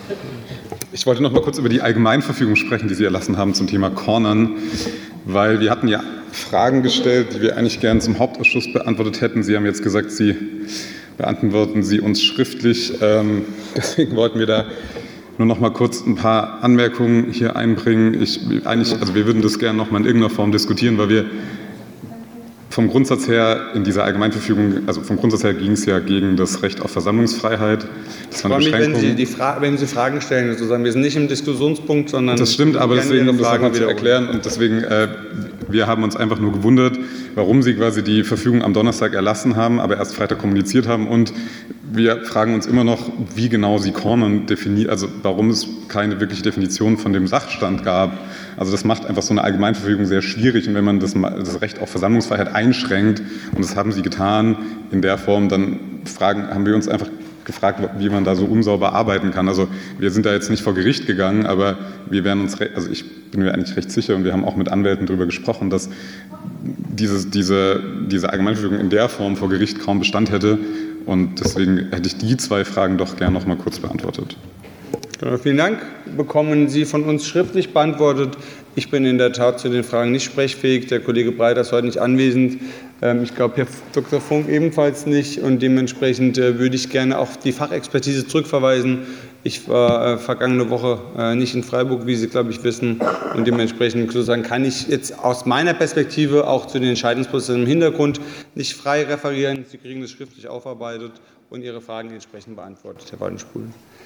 Ich wollte noch mal kurz über die Allgemeinverfügung sprechen, die Sie erlassen haben zum Thema Cornern, weil wir hatten ja Fragen gestellt, die wir eigentlich gern zum Hauptausschuss beantwortet hätten. Sie haben jetzt gesagt, Sie beantworten sie uns schriftlich. Deswegen wollten wir da nur noch mal kurz ein paar Anmerkungen hier einbringen. Wir würden das gerne noch mal in irgendeiner Form diskutieren, weil wir vom Grundsatz her in dieser Allgemeinverfügung, also vom Grundsatz her ging es ja gegen das Recht auf Versammlungsfreiheit. Das war eine Beschränkung. Wenn Sie Fragen stellen, sozusagen, wir sind nicht im Diskussionspunkt, sondern... Das stimmt, aber deswegen, um das nochmal zu erklären, und deswegen, wir haben uns einfach nur gewundert, warum Sie quasi die Verfügung am Donnerstag erlassen haben, aber erst Freitag kommuniziert haben, und wir fragen uns immer noch, wie genau Sie Cornern definieren, also warum es keine wirkliche Definition von dem Sachstand gab. Also das macht einfach so eine Allgemeinverfügung sehr schwierig, und wenn man das Recht auf Versammlungsfreiheit einschränkt, und das haben Sie getan in der Form, dann haben wir uns einfach gefragt, wie man da so unsauber arbeiten kann. Also wir sind da jetzt nicht vor Gericht gegangen, aber wir werden uns, also ich bin mir eigentlich recht sicher, und wir haben auch mit Anwälten darüber gesprochen, dass diese Allgemeinverfügung in der Form vor Gericht kaum Bestand hätte, und deswegen hätte ich die zwei Fragen doch gern noch mal kurz beantwortet. Vielen Dank. Bekommen Sie von uns schriftlich beantwortet. Ich bin in der Tat zu den Fragen nicht sprechfähig. Der Kollege Breiter ist heute nicht anwesend. Ich glaube, Herr Dr. Funk ebenfalls nicht. Und dementsprechend würde ich gerne auf die Fachexpertise zurückverweisen. Ich war vergangene Woche nicht in Freiburg, wie Sie, glaube ich, wissen. Und dementsprechend sozusagen kann ich jetzt aus meiner Perspektive auch zu den Entscheidungsprozessen im Hintergrund nicht frei referieren. Sie kriegen das schriftlich aufarbeitet und Ihre Fragen entsprechend beantwortet, Herr Waldenspul.